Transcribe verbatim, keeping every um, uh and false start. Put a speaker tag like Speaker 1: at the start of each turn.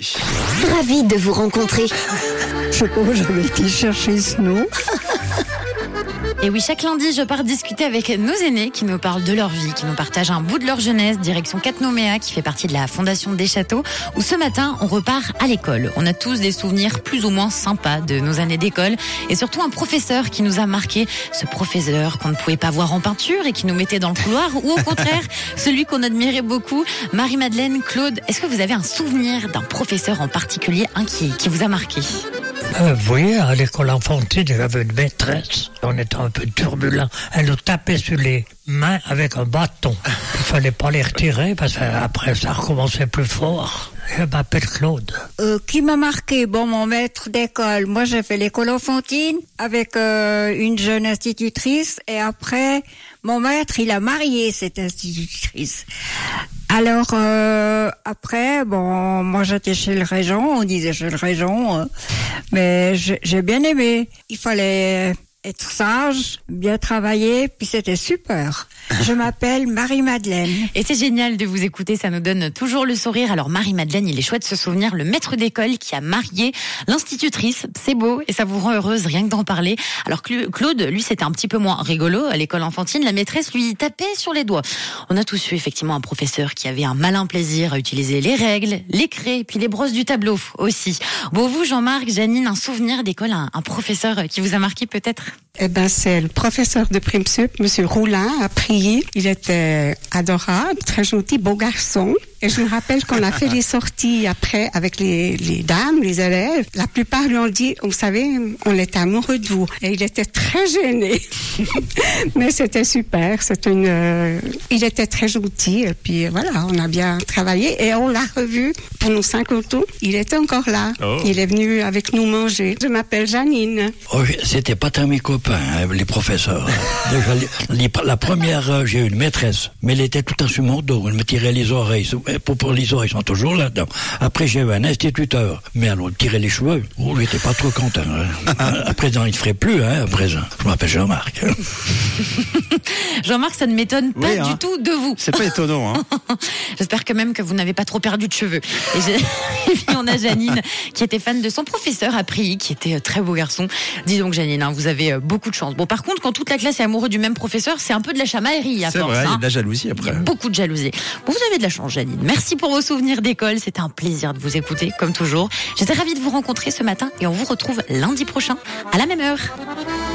Speaker 1: Énergie.
Speaker 2: Ravi de vous rencontrer.
Speaker 3: Je sais pas où j'avais été chercher ce nom.
Speaker 4: Et oui, chaque lundi, je pars discuter avec nos aînés qui nous parlent de leur vie, qui nous partagent un bout de leur jeunesse, direction Catnoméa, qui fait partie de la Fondation des Châteaux, où ce matin, on repart à l'école. On a tous des souvenirs plus ou moins sympas de nos années d'école, et surtout un professeur qui nous a marqué, ce professeur qu'on ne pouvait pas voir en peinture et qui nous mettait dans le couloir, ou au contraire, celui qu'on admirait beaucoup. Marie-Madeleine, Claude, est-ce que vous avez un souvenir d'un professeur en particulier, un qui, qui vous a marqué ?
Speaker 5: Euh, vous voyez, à l'école enfantine, j'avais une maîtresse. On était un peu turbulent. Elle nous tapait sur les mains avec un bâton. Il fallait pas les retirer parce qu'après ça recommençait plus fort. Je m'appelle Claude.
Speaker 3: Euh, qui m'a marqué? Bon, mon maître d'école. Moi, j'ai fait l'école enfantine avec euh, une jeune institutrice. Et après, mon maître, il a marié cette institutrice. Alors, euh, après, bon, moi, j'étais chez le régent. On disait chez le régent. Euh, mais j'ai, j'ai bien aimé. Il fallait être sage, bien travailler, puis c'était super. Je m'appelle Marie-Madeleine.
Speaker 4: Et c'est génial de vous écouter, ça nous donne toujours le sourire. Alors Marie-Madeleine, il est chouette de se souvenir, le maître d'école qui a marié l'institutrice, c'est beau et ça vous rend heureuse rien que d'en parler. Alors Claude, lui, c'était un petit peu moins rigolo à l'école enfantine, la maîtresse lui tapait sur les doigts. On a tous eu effectivement un professeur qui avait un malin plaisir à utiliser les règles, les craies, puis les brosses du tableau aussi. Bon, vous, Jean-Marc, Janine, un souvenir d'école, un, un professeur qui vous a marqué peut-être ?
Speaker 6: Eh ben, c'est le professeur de Prime Sup, Monsieur Roulin, à Prilly. Il était adorable, très gentil, beau garçon. Et je me rappelle qu'on a fait les sorties après avec les, les dames, les élèves. La plupart lui ont dit, vous savez, on était amoureux de vous. Et il était très gêné. Mais c'était super. C'était une, euh, il était très gentil. Et puis voilà, on a bien travaillé. Et on l'a revu pour nos cinquante ans. Il était encore là. Oh. Il est venu avec nous manger. Je m'appelle Janine.
Speaker 5: Oh, c'était pas tant mes copains, hein, les professeurs. Déjà, les, les, la première, euh, j'ai eu une maîtresse. Mais elle était tout en sur mon dos. Elle me tirait les oreilles. Pour, pour les oreilles, ils sont toujours là-dedans. Après, j'ai eu un instituteur. Mais alors, tirer les cheveux, oh, j'étais pas trop content. Hein. À présent, il ne ferait plus, hein, à présent. Je m'appelle Jean-Marc.
Speaker 4: Jean-Marc, ça ne m'étonne pas
Speaker 1: oui, hein.
Speaker 4: du tout de vous.
Speaker 1: C'est pas étonnant, hein.
Speaker 4: J'espère quand même que vous n'avez pas trop perdu de cheveux. Et, j'ai... Et puis, on a Janine, qui était fan de son professeur à Prilly, qui était très beau garçon. Dis donc, Janine, hein, vous avez beaucoup de chance. Bon, par contre, quand toute la classe est amoureuse du même professeur, c'est un peu de la chamaillerie à
Speaker 1: c'est
Speaker 4: force.
Speaker 1: C'est vrai, il
Speaker 4: hein.
Speaker 1: y a de la jalousie après.
Speaker 4: Il y a beaucoup de jalousie. Bon, vous avez de la chance, Janine. Merci pour vos souvenirs d'école. C'était un plaisir de vous écouter, comme toujours. J'étais ravie de vous rencontrer ce matin et on vous retrouve lundi prochain à la même heure.